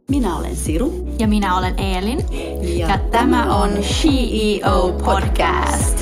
Minä olen Siru. Ja minä olen Eelin. Ja tämä on CEO Podcast.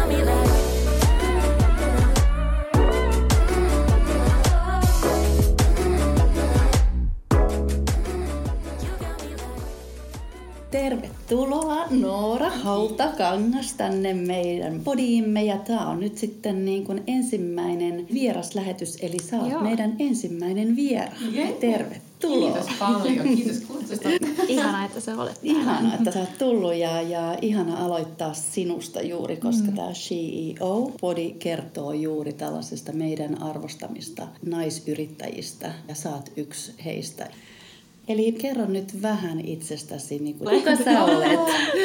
Tervetuloa Noora Hautakangas tänne meidän podiimme. Ja tää on nyt sitten niin kuin ensimmäinen vieraslähetys, eli sä oot meidän ensimmäinen vieras. Tervetuloa. Kiitos paljon, kiitos kutsusta. Ihanaa, että sä olet täällä. Ihanaa, että sä oot tullut ja ihana aloittaa sinusta juuri, koska tämä CEO-podi kertoo juuri tällaisesta meidän arvostamista naisyrittäjistä ja sä oot yksi heistä. Eli kerro nyt vähän itsestäsi, niin kuin, kuka sä olet?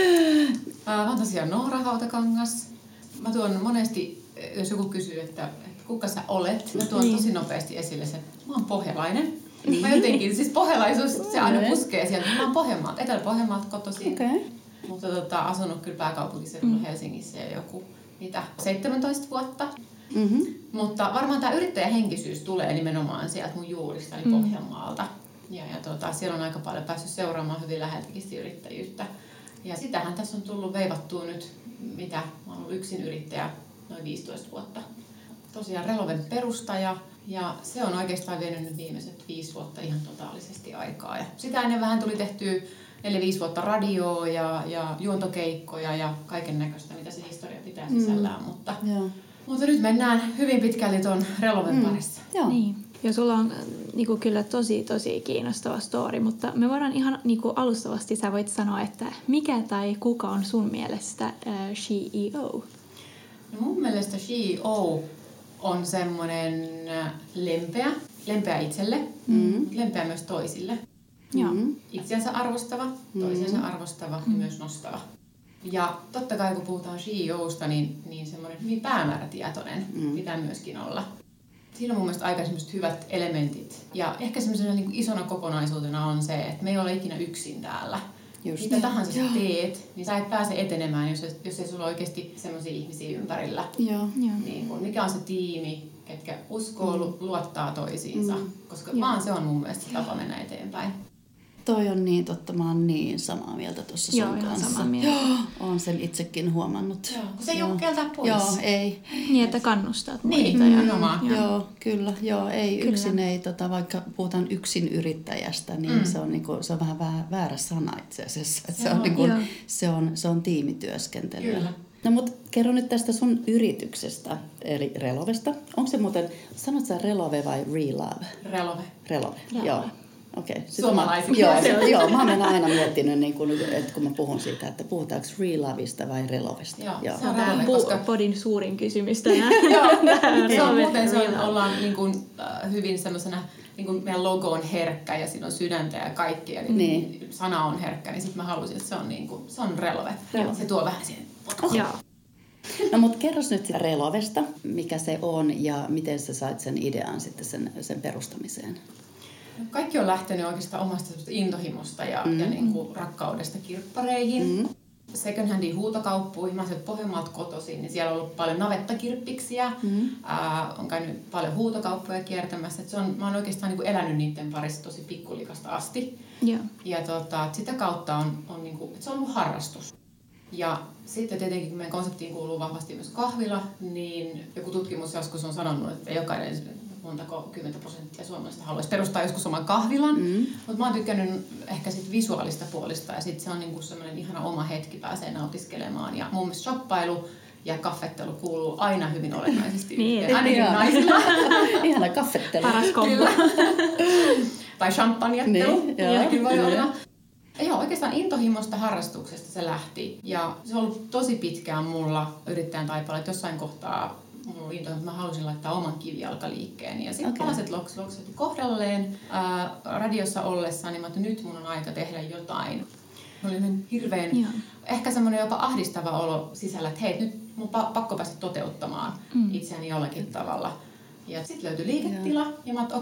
Mä oon tosiaan Noora Hautakangas. Mä tuon monesti, jos joku kysyy, että kuka sä olet, mä tuon tosi nopeasti esille sen, mä oon pohjalainen. Mä jotenkin, siis pohjalaisuus, se aina puskee sieltä. Mä oon Pohjanmaalta, Etelä-Pohjanmaalta kotoisin. Okay. Mutta asunut kyllä pääkaupunkiseudulla Helsingissä jo joku 17 vuotta. Mm-hmm. Mutta varmaan tää yrittäjähenkisyys tulee nimenomaan sieltä mun juuristani Pohjanmaalta. Ja siellä on aika paljon päässyt seuraamaan hyvin läheltäkin yrittäjyyttä. Ja sitähän tässä on tullut veivattua nyt, mitä mä oon ollut yksin yrittäjä noin 15 vuotta. Tosiaan Reloven perustaja ja se on oikeastaan vienyt nyt viimeiset 5 vuotta ihan totaalisesti aikaa. Ja sitä ennen vähän tuli tehtyä 4-5 vuotta radioa ja juontokeikkoja ja kaiken näköistä, mitä se historia pitää sisällään. Mutta nyt mennään hyvin pitkälti tuon Reloven parissa. Joo. Niin. Ja sulla on niinku, kyllä tosi kiinnostava story, mutta me voidaan ihan niinku, alustavasti sä voit sanoa, että mikä tai kuka on sun mielestä CEO? No mun mielestä CEO on semmoinen lempeä itselle, lempeä myös toisille. Itseänsä arvostava, toisensa arvostava ja myös nostava. Ja totta kai kun puhutaan CEOsta, niin semmoinen hyvin päämäärätietoinen pitää myöskin olla. Siinä on mun mielestä aika semmoiset hyvät elementit. Ja ehkä semmoisena niin kuin isona kokonaisuutena on se, että me ei ole ikinä yksin täällä. Just. Mitä tahansa sä teet, niin sä et pääse etenemään, jos ei sulla oikeasti semmoisia ihmisiä ympärillä. Niin kun, mikä on se tiimi, ketkä uskoo, luottaa toisiinsa. Koska vaan se on mun mielestä tapa mennä eteenpäin. Toi on niin totta, mä oon niin samaa mieltä tuossa sun kanssa. Samaa mieltä. Oon sen itsekin huomannut. Joo, kun se ei ole keltää pois. Joo, ei. Niin, että kannustat muita. Niin, joo, kyllä. Joo, ei kyllä. Yksin ei, vaikka puhutaan yksin yrittäjästä, niin se on niinku, se on vähän väärä sana itse asiassa. Että se on niinku, se on tiimityöskentelyä. Kyllä. No mut kerro nyt tästä sun yrityksestä, eli Relovesta. Onko se muuten, sanot sä Relove vai Relove? Relove, joo. Okei. Suomalaisiksi. Joo, mä oon aina miettinyt, niin kun, että kun mä puhun siitä, että puhutaanko Relovista vai Relovesta. Joo. Se on tämä podin suurin kysymys tänään. Ollaan niin kuin, hyvin semmoisena, niin kuin meidän logo on herkkä ja siinä on sydäntä ja kaikkea, niin sana on herkkä, niin sitten mä halusin, että se on Relove. Se tuo vähän siihen potkuun. Joo. No mut kerros nyt Relovesta, mikä se on ja miten sä sait sen idean sitten sen perustamiseen. Kaikki on lähtenyt oikeastaan omasta intohimosta ja niin kuin rakkaudesta kirppareihin. Second handin huutokauppuihin. Mä sieltä Pohjanmaalta kotoisin, niin siellä on ollut paljon navettakirppiksiä. On käynyt paljon huutokauppoja kiertämässä. Mä oon oikeastaan niin kuin elänyt niiden parissa tosi pikkulikasta asti. Ja sitä kautta on niin kuin, että se on ollut harrastus. Ja sitten tietenkin, kun meidän konseptiin kuuluu vahvasti myös kahvila, niin joku tutkimus joskus on sanonut, että jokainen montako 10% suomalaisista haluaisi perustaa joskus oman kahvilan. Mutta mä oon tykännyt ehkä sit visuaalista puolista ja sit se on niinku semmoinen ihana oma hetki, pääsee nautiskelemaan. Ja mun mielestä shoppailu ja kaffettelu kuuluu aina hyvin olennaisesti yhteen. Ainakin naisilla. Ihana kaffettelu. Paras kombo. Tai champagnettelu. Niin, voi olla. Joo, oikeastaan intohimosta harrastuksesta se lähti. Ja se on ollut tosi pitkään mulla yrittäjän taipaleella, että jossain kohtaa mulla oli intohimo, että mä halusin laittaa oman kivijalkaliikkeen. Ja sitten palaset loksahtui kohdalleen radiossa ollessaan, niin mä ajattelin, että nyt mun on aika tehdä jotain. Oli hirveän, ehkä semmoinen jopa ahdistava olo sisällä, että hei, nyt mun pakko päästä toteuttamaan itseäni jollakin tavalla. Ja sitten löytyi liiketila ja mä ajattelin, okei,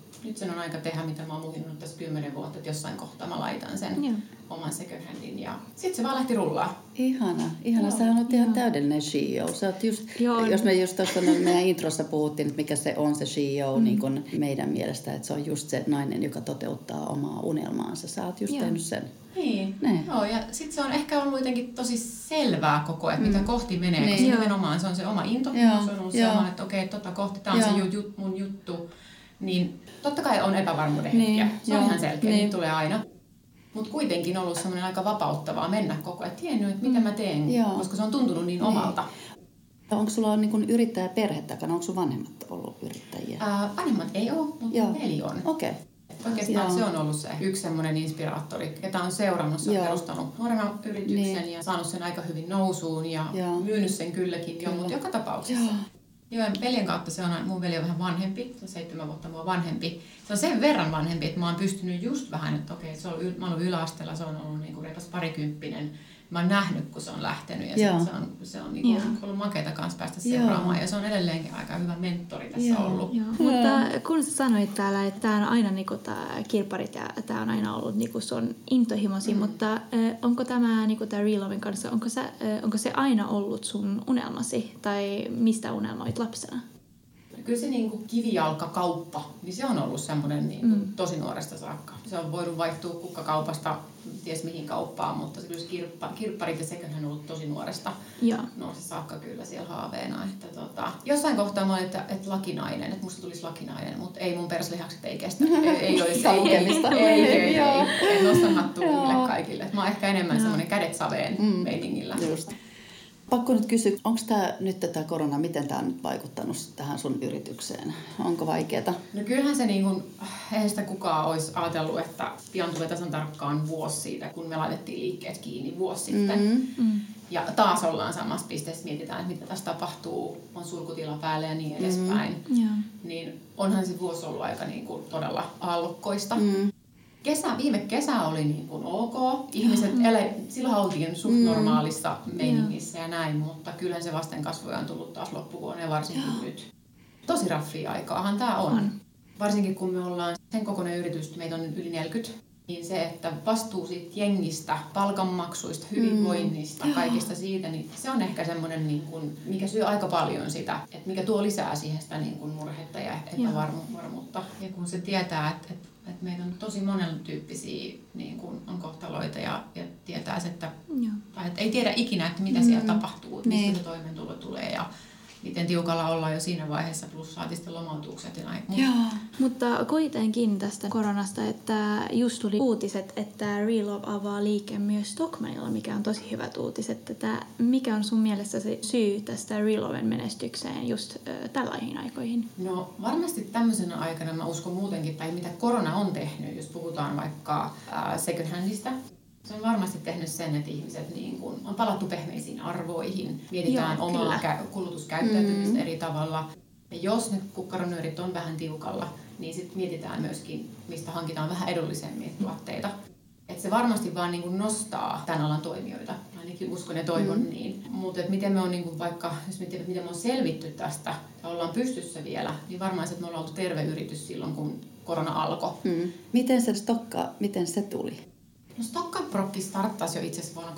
nyt sen on aika tehdä, mitä mä oon muhinnut tässä 10 vuotta, että jossain kohtaa mä laitan sen oman second handin ja sitten se vaan lähti rullaa. Ihana. Sähän olet ihan täydellinen CEO. Sä oot just, jos me just tuossa meidän introssa puhuttiin, että mikä se on se CEO niin kun meidän mielestä, että se on just se nainen, joka toteuttaa omaa unelmaansa. Sä oot just tehnyt sen. Niin. Joo, ja sitten se on ehkä ollut jotenkin tosi selvää koko ajan, mitä kohti menee, koska nimenomaan se on se oma into, se on ollut se oma, että okei, kohti, tämä on se mun juttu. Niin totta kai on epävarmuuden hetkiä. Se on ihan selkeä, niin tulee aina. Mutta kuitenkin ollut semmoinen aika vapauttavaa mennä koko ajan, tiennyt, että mitä mä teen, koska se on tuntunut niin omalta. Onko sulla niin yrittäjäperhe takana? Onko sun vanhemmat ollut yrittäjiä? Vanhemmat ei ole, mutta veli on. Okay. Oikeastaan se on ollut se yksi semmoinen inspiraattori, jota on seurannut. Se on perustanut nuoremman yrityksen ja saanut sen aika hyvin nousuun ja myynyt sen kylläkin jo, mutta joka tapauksessa. Joo, veljen kautta se on, mun veli on vähän vanhempi, se on 7 vuotta mua vanhempi. Se on sen verran vanhempi, että mä oon pystynyt just vähän, että okei, mä oon ollut yläasteella, se on ollut niinku reipas parikymppinen. Mä oon nähnyt, kun se on lähtenyt ja se on niinku ollut makeata kanssa päästä seuraamaan ja se on edelleenkin aika hyvä mentori tässä ollut. Mutta kun sä sanoit täällä, että tää on aina niinku tää kirpparit ja tää on aina ollut niinku sun intohimosi, mutta onko tämä niinku tää Reloven kanssa, onko se aina ollut sun unelmasi tai mistä unelmoit lapsena? Kyllä se niinku kivijalkakauppa, niin se on ollut semmoinen niinku tosi nuoresta saakka. Se on voinut vaihtua kukkakaupasta ties mihin kauppaan, mutta se kyllä kirpparit ja sekin on ollut tosi nuoresta saakka kyllä siellä haaveena. Että jossain kohtaa mä olin, että lakinainen, että musta tulisi lakinainen, mutta ei mun perslihakset ei kestä. Ei olisi ei. Nostan hattua niille kaikille. Mä oon ehkä enemmän semmoinen kädet saveen meiningillä. Just. Pakko nyt kysyä, onko tämä korona, miten tämä on nyt vaikuttanut tähän sun yritykseen? Onko vaikeaa? No kyllähän se eihän sitä kukaan olisi ajatellut, että pian tulee tasan tarkkaan vuosi siitä, kun me laitettiin liikkeet kiinni vuosi sitten. Ja taas ollaan samassa pisteessä, mietitään, että mitä tässä tapahtuu, on sulkutila päällä ja niin edespäin. Niin onhan se vuosi ollut aika todella aallokkoista. Viime kesä oli ok. Ihmiset silloin oltiin suht normaalissa meiningissä ja näin, mutta kyllähän se vastenkasvuja on tullut taas loppuvuonna ja varsinkin nyt. Tosi raffia aikaahan tää on. Varsinkin kun me ollaan sen kokoinen yritys, meitä on yli 40, niin se, että vastuu siitä jengistä, palkanmaksuista, hyvinvoinnista, kaikista siitä, niin se on ehkä semmoinen, mikä syö aika paljon sitä, että mikä tuo lisää siihen sitä murhetta ja epävarmuutta. Ja kun se tietää, että meitä on tosi monentyyppisiä on kohtaloita ja tietää, että ei tiedä ikinä, että mitä siellä tapahtuu, mistä se toimeentulo tulee ja miten tiukalla ollaan jo siinä vaiheessa, plus saatiin sitten lomautukset ja näin. Mutta kuitenkin tästä koronasta, että just tuli uutiset, että Relove avaa liike myös Stockmannilla, mikä on tosi hyvät uutiset. Että mikä on sun mielestä se syy tästä Reloven menestykseen just tällaisiin aikoihin? No varmasti tämmöisenä aikana mä uskon muutenkin, tai mitä korona on tehnyt, jos puhutaan vaikka second handista. Se on varmasti tehnyt sen, että ihmiset on palattu pehmeisiin arvoihin, mietitään omaa kulutuskäyttäytymistä eri tavalla. Ja jos ne kukkaronnyörit on vähän tiukalla, niin sitten mietitään myöskin, mistä hankitaan vähän edullisemmia tuotteita. Että se varmasti vaan nostaa tämän alan toimijoita. Ainakin uskon ja toivon niin. Mutta miten me on vaikka, jos mietitään, miten me on selvitty tästä ja ollaan pystyssä vielä, niin varmaan se, että me ollaan oltu terve yritys silloin, kun korona alkoi. Miten se tuli? No Stokka-prokki starttasi jo itse asiassa vuonna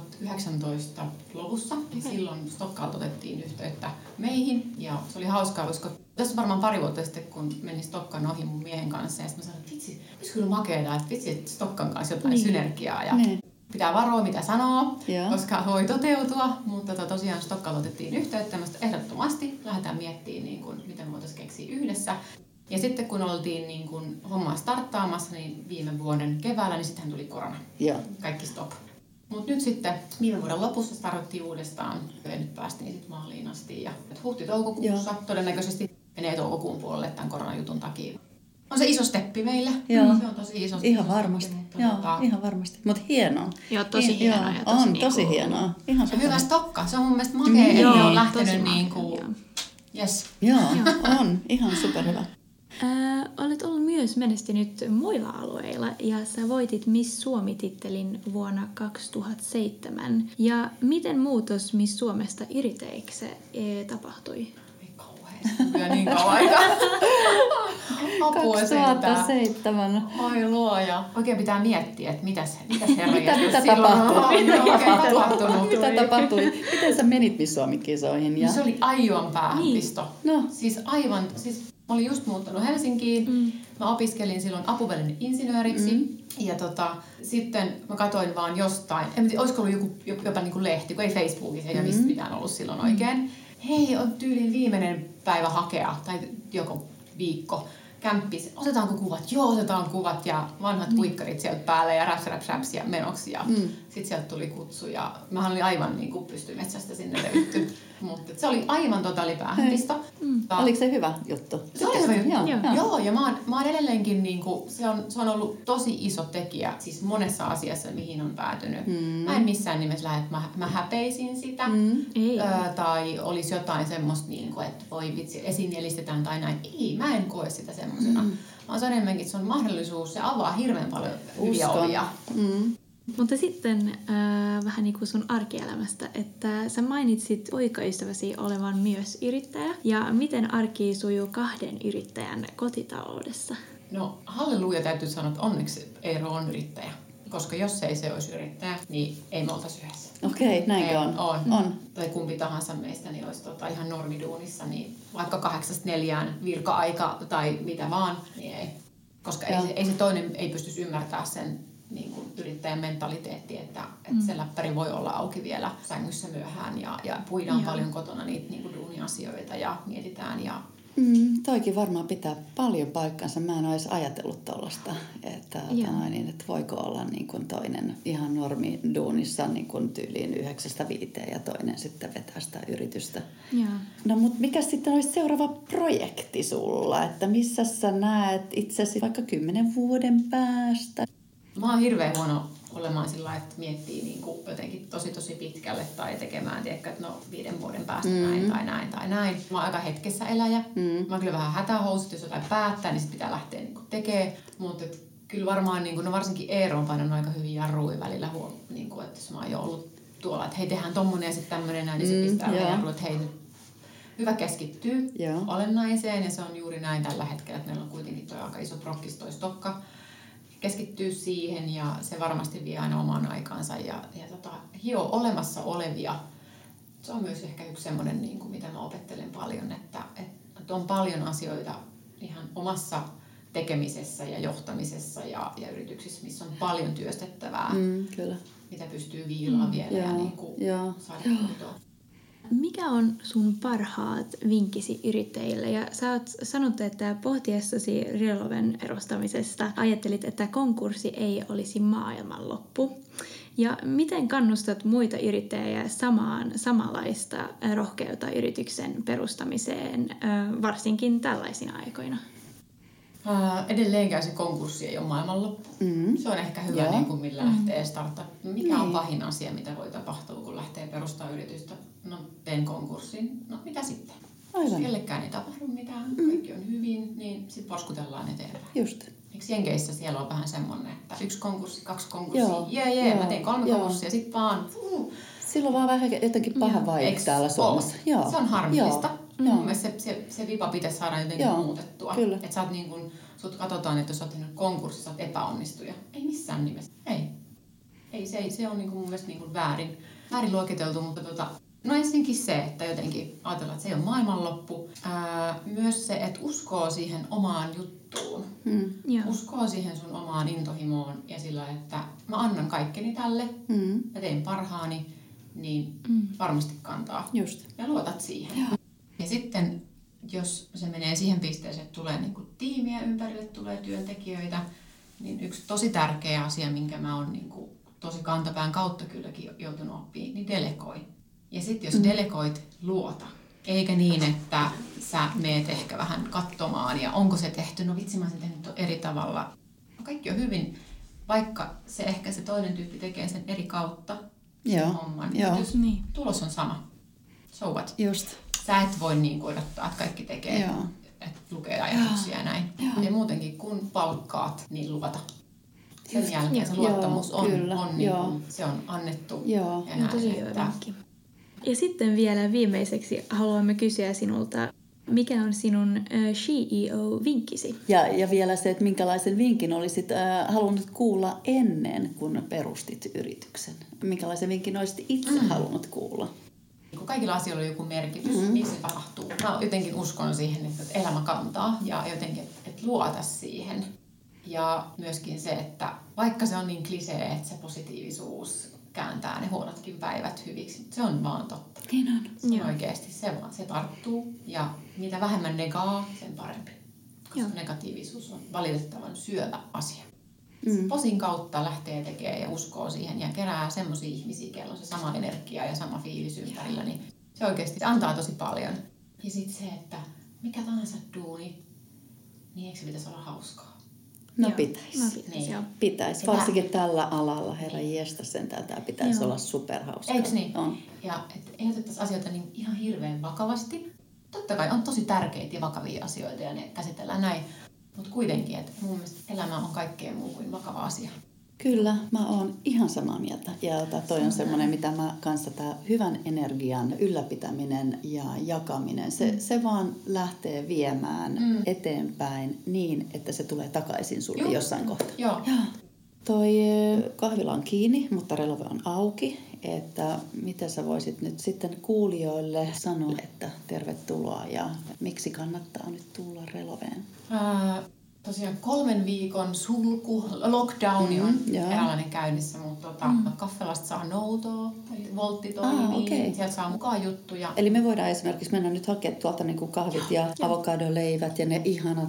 2019 lopussa ja silloin Stokkalta otettiin yhteyttä meihin ja se oli hauskaa, koska tässä varmaan pari vuotta sitten, kun menin Stokkan ohi mun miehen kanssa ja sitten mä sanoin, että vitsi, olisi kyllä makeaa, että vitsi, että Stokkan kanssa jotain synergiaa ja pitää varoa mitä sanoo, koska voi toteutua, mutta tosiaan Stokkalta otettiin yhteyttä ehdottomasti, lähdetään miettimään miten me voitaisiin keksiä yhdessä. Ja sitten kun oltiin hommaa starttaamassa niin viime vuoden keväällä, niin sittenhän tuli korona. Kaikki stop. Mutta nyt sitten viime vuoden lopussa startattiin uudestaan. Ja nyt päästiin sitten maaliin asti. Ja huhti-toukokuussa todennäköisesti menee toukokuun puolelle tämän koronajutun takia. On se iso steppi meille. Se on tosi iso. Ihan varmasti. Ihan varmasti. Mutta hienoa. Joo, tosi hienoa. Ja on tosi hienoa. Ihan ja hyvä Stokka. Se on mun mielestä makea, että ne on lähtenyt yes. Joo, on. Ihan superhyvä. Olet ollut myös menestynyt muilla alueilla ja sä voitit Miss Suomi-tittelin vuonna 2007. Ja miten muutos Miss Suomesta yrittäjäksi tapahtui? Ei kauheasti. Kyllä niin kauan aikaa. Apua 2007. Oi luoja. Oikein pitää miettiä, että mitäs herra Mitä tapahtui? Miten sä menit Miss Suomi-kisoihin? Ja... Se oli aivan päähänpisto. Niin. No. Siis mä olin just muuttanut Helsinkiin. Mä opiskelin silloin apuvälinen insinööriksi. Ja sitten mä katsoin vaan jostain, en tiedä, olisiko ollut jopa niin kuin lehti, kun ei Facebookissa eikä mistä mitään ollut silloin oikein. Hei, on tyyliin viimeinen päivä hakea, tai joko viikko, kämppis. Otetaanko kuvat? Joo, otetaan kuvat ja vanhat kuikkarit sieltä päälle ja raps ja menoksi. Ja sitten sieltä tuli kutsu ja mä olin aivan niin kuin pystymetsästä sinne löytty. Mutta se oli aivan totaali päähänpisto. Oliko se hyvä juttu? Se oli hyvä juttu. Joo, ja mä oon edelleenkin, niin kuin, se on ollut tosi iso tekijä siis monessa asiassa, mihin on päätynyt. Mä en missään nimessä lähde, että mä häpeisin sitä. Tai olisi jotain semmoista, niin kuin, että voi vitsi, esineellistetään tai näin. Ei, mä en koe sitä semmoisena. Vaan se on enemmänkin, että se on mahdollisuus, se avaa hirveän paljon hyviä ovia. Mutta sitten vähän niin kuin sun arkielämästä, että sä mainitsit poikaystäväsi olevan myös yrittäjä. Ja miten arki sujuu 2 yrittäjän kotitaloudessa? No halleluja täytyy sanoa, että onneksi Eero on yrittäjä. Koska jos ei se olisi yrittäjä, niin ei me oltaisi yhdessä. Okei, näinkö on? Tai kumpi tahansa meistä niin olisi ihan normiduunissa, niin vaikka 8-4 virka-aika tai mitä vaan, niin ei. Koska ei se toinen ei pystyisi ymmärtämään sen niin kuin yrittäjän mentaliteetti, että se läppäri voi olla auki vielä sängyssä myöhään ja puidaan paljon kotona niitä niin kuin duuniasioita ja mietitään. Toikin varmaan pitää paljon paikkansa. Mä en olisi ajatellut tuollaista, että voiko olla niin kuin toinen ihan normiduunissa niin kuin tyyliin 9-5 ja toinen sitten vetää sitä yritystä. Ja. No mutta mikä sitten olisi seuraava projekti sulla, että missä sä näet itsesi vaikka 10 vuoden päästä? Mä oon hirveän huono olemaan sillä lailla, että miettii niin kuin jotenkin tosi pitkälle tai tekemään, tiedätkö, että 5 vuoden päästä näin tai näin. Mä oon aika hetkessä eläjä. Mä oon kyllä vähän hätähousut, jos jotain päättää, niin sit pitää lähteä niin kuin tekemään. Mutta kyllä varmaan, niin kuin, no varsinkin Eero on painanut aika hyvin jarruja välillä, niin kuin, että jos mä oon jo ollut tuolla, että hei tehdään tommonen ja sitten tämmönen näin, niin se pistää jarruja, että hei nyt hyvä keskittyy olennaiseen ja se on juuri näin tällä hetkellä, että meillä on kuitenkin toi aika iso prokkis toi stokka. Keskittyy siihen ja se varmasti vie aina oman aikaansa ja hio olemassa olevia. Se on myös ehkä yksi semmoinen, niin kuin, mitä mä opettelen paljon, että on paljon asioita ihan omassa tekemisessä ja johtamisessa ja yrityksissä, missä on paljon työstettävää, kyllä. mitä pystyy viilaamaan vielä ja niin kuin saada kuntoon. Mikä on sun parhaat vinkkisi yrittäjille? Ja sä oot sanonut, että pohtiessasi Realoven erostamisesta ajattelit, että konkurssi ei olisi maailmanloppu. Ja miten kannustat muita yrittäjiä samanlaista rohkeutta yrityksen perustamiseen, varsinkin tällaisina aikoina? Edelleenkään se konkurssi ei ole maailmanloppu. Se on ehkä hyvä, niin kuin millä lähtee starttaa. Mikä on pahin asia, mitä voi tapahtua, kun lähtee perustamaan yritystä? No, teen konkurssin. No, mitä sitten? Aivan. Jos kellekään ei tapahdu mitään, kaikki on hyvin, niin sitten porskutellaan eteenpäin. Just. Eikö Jenkeissä siellä on vähän semmoinen, että 1 konkurssi, 2 konkurssia, mä tein 3 konkurssia, sitten vaan... Silloin vaan vähän jotenkin paha vaike täällä Suomessa. Joo. Se on harmillista. Mun mielestä se vipa pitäisi saada jotenkin muutettua. Että sä oot niin kuin, sut katsotaan, että jos sä oot tehnyt konkurssi, sä oot epäonnistuja. Ei missään nimessä. Ei, se on niin kuin mun mielestä niin kuin väärin luokiteltu, mutta no ensinnäkin se, että jotenkin ajatellaan, että se ei ole maailmanloppu. Myös se, että uskoo siihen omaan juttuun. Uskoo siihen sun omaan intohimoon ja sillä, että mä annan kaikkeni tälle, mä teen parhaani, niin varmasti kantaa. Just. Ja luotat siihen. Ja sitten, jos se menee siihen pisteeseen, että tulee niinku tiimiä ympärille, tulee työntekijöitä, niin yksi tosi tärkeä asia, minkä mä oon niinku tosi kantapään kautta kylläkin joutunut oppimaan, niin delegoi. Ja sitten jos delegoit, luota. Eikä niin, että sä meet ehkä vähän katsomaan ja onko se tehty, no vitsi mä sen tehnyt eri tavalla. Kaikki on hyvin, vaikka se ehkä se toinen tyyppi tekee sen eri kautta sen homman. Niin. Tulos on sama. So what? Just. Sä et voi niin odottaa, että kaikki tekee, että lukee ajatuksia ja näin. Ja muutenkin kun palkkaat, niin luota. Sen jälkeen se luottamus on niin kuin se on annettu. Ja näin, tosi hyvä vinkki. Ja sitten vielä viimeiseksi haluamme kysyä sinulta, Mikä on sinun CEO-vinkkisi? Ja vielä se, että minkälaisen vinkin olisit halunnut kuulla ennen kuin perustit yrityksen? Minkälaisen vinkin olisit itse halunnut kuulla? Kun kaikilla asioilla on joku merkitys, miksi se tapahtuu. Mä jotenkin uskon siihen, että elämä kantaa ja jotenkin, että luota siihen. Ja myöskin se, että vaikka se on niin klisee, että se positiivisuus kääntää ne huonotkin päivät hyviksi, se on vaan totta. Niin on. Se on oikeasti, se tarttuu ja mitä vähemmän negaa, sen parempi. Koska negatiivisuus on valitettavan syövä asia. Posin kautta lähtee tekemään ja uskoo siihen ja kerää semmoisia ihmisiä, kello on se sama energia ja sama fiilis ympärillä, niin se oikeasti se antaa tosi paljon. Ja sitten se, että mikä tahansa duuni, niin eikö se pitäisi olla hauskaa? No pitäisi. Niin. Pitäisi. Varsinkin tällä alalla, herran jestä sentään, tämä pitäisi olla superhauskaa. Eikö niin? On. Ja että ei otettaisi asioita niin ihan hirveän vakavasti. Totta kai on tosi tärkeitä ja vakavia asioita ja ne käsitellään näin. Mutta kuitenkin, että mun mielestä elämä on kaikkea muu kuin vakava asia. Kyllä, mä oon ihan samaa mieltä. Ja toi on semmoinen, mitä mä kanssa tää hyvän energian ylläpitäminen ja jakaminen, se vaan lähtee viemään eteenpäin niin, että se tulee takaisin sulle jossain kohtaa. Joo. Toi kahvila on kiinni, mutta Relove on auki. Että mitä sä voisit nyt sitten kuulijoille sanoa, että tervetuloa ja miksi kannattaa nyt tulla Reloveen? Tosiaan 3 viikon sulku, lockdowni on eräänlainen käynnissä, mutta kahvilasta saa noutoa, eli voltti toimii, sieltä saa mukaan juttuja. Eli me voidaan esimerkiksi mennä nyt hakemaan tuolta niinku kahvit ja avokadoleivät ja ne ihanat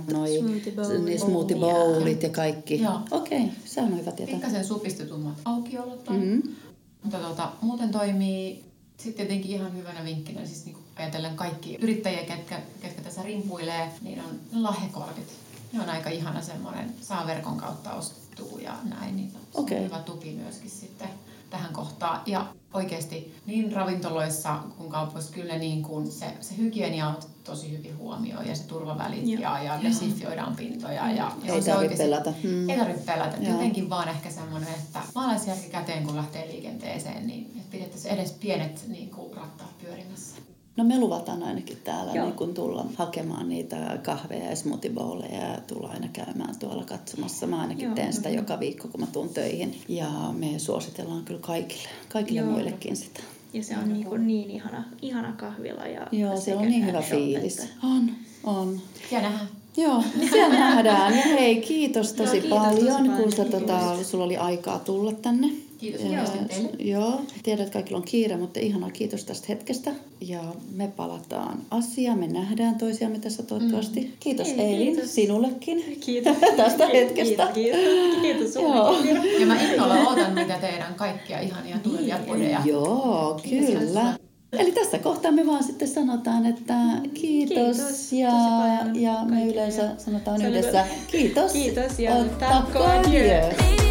smoothie bowlit ja kaikki. Okei, se on hyvä tietää. Pikkasen supistetummat aukiolot on. Mutta muuten toimii sitten tietenkin ihan hyvänä vinkkinä, siis niin ajatellen kaikki yrittäjiä, ketkä tässä rimpuilee, niin on lahjakortit. Ne on aika ihana semmoinen, saa verkon kautta ostettua ja näin, niin se on hyvä tuki myöskin sitten tähän kohtaan. Ja oikeasti niin ravintoloissa kuin kaupoissa kyllä niin kuin se hygienia on tosi hyvin huomioon ja se turvavälit ja desinfioidaan pintoja. Ja ei tarvitse pelätä. Ei tarvitse pelätä. Jotenkin vaan ehkä semmoinen, että maalaisjärki käteen kun lähtee liikenteeseen, niin pidettäisiin edes pienet niin kuin rattaat pyörimässä. No me luvataan ainakin täällä niin kun tulla hakemaan niitä kahveja ja smoothie bowleja ja tulla aina käymään tuolla katsomassa. Mä ainakin teen sitä joka viikko, kun mä tuun töihin. Ja me suositellaan kyllä kaikille muillekin sitä. Ja se on niin ihana kahvila. Ja se on niin hyvä fiilis. On. Ja nähdään. Joo, siellä nähdään. Ja hei, kiitos tosi paljon, kun sulla oli aikaa tulla tänne. Kiitos teille. Joo, tiedän, että kaikilla on kiire, mutta ihanaa kiitos tästä hetkestä. Ja me palataan asiaan, me nähdään toisiamme tässä toivottavasti. Kiitos Eilin, sinullekin tästä hetkestä. Kiitos sinulle. Ja mä innolla odotan, mitä teidän kaikkia ihania tulevia podeja. Joo, kyllä. Eli tässä kohtaa me vaan sitten sanotaan, että kiitos ja me yleensä sanotaan yhdessä kiitos ja tack och adjö.